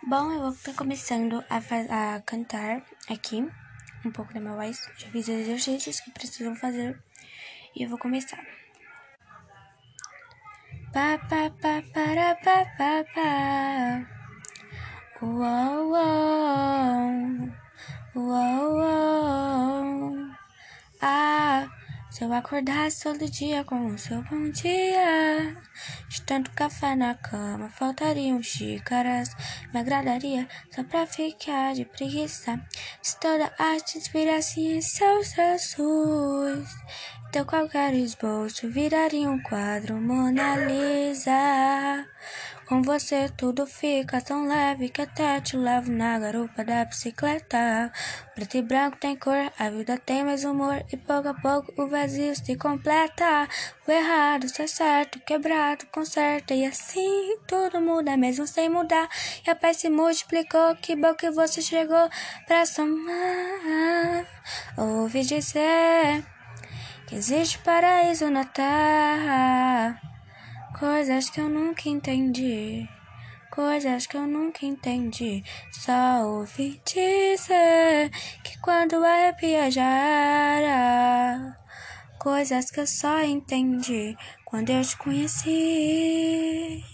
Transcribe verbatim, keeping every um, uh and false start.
Bom, eu vou estar começando a, a cantar aqui um pouco da minha voz. Já fiz os exercícios que precisam fazer e eu vou começar. Pa pa pa para pa pa pa. Uou, uou. Uou, uou. Ah, se eu acordasse todo dia com o seu bom dia, de tanto café na cama, faltariam xícaras. Me agradaria só pra ficar de preguiça. Se toda arte inspirasse em seus Jesus, então qualquer esboço viraria um quadro Mona Lisa. Com você tudo fica tão leve que até te levo na garupa da bicicleta. Preto e branco tem cor, a vida tem mais humor e pouco a pouco o vazio se completa. O errado está certo, quebrado conserta e assim tudo muda mesmo sem mudar. E a paz se multiplicou, que bom que você chegou pra somar. Ouvi dizer que existe paraíso na terra. Coisas que eu nunca entendi, coisas que eu nunca entendi. Só ouvi dizer que quando arrepia já era. Coisas que eu só entendi quando eu te conheci.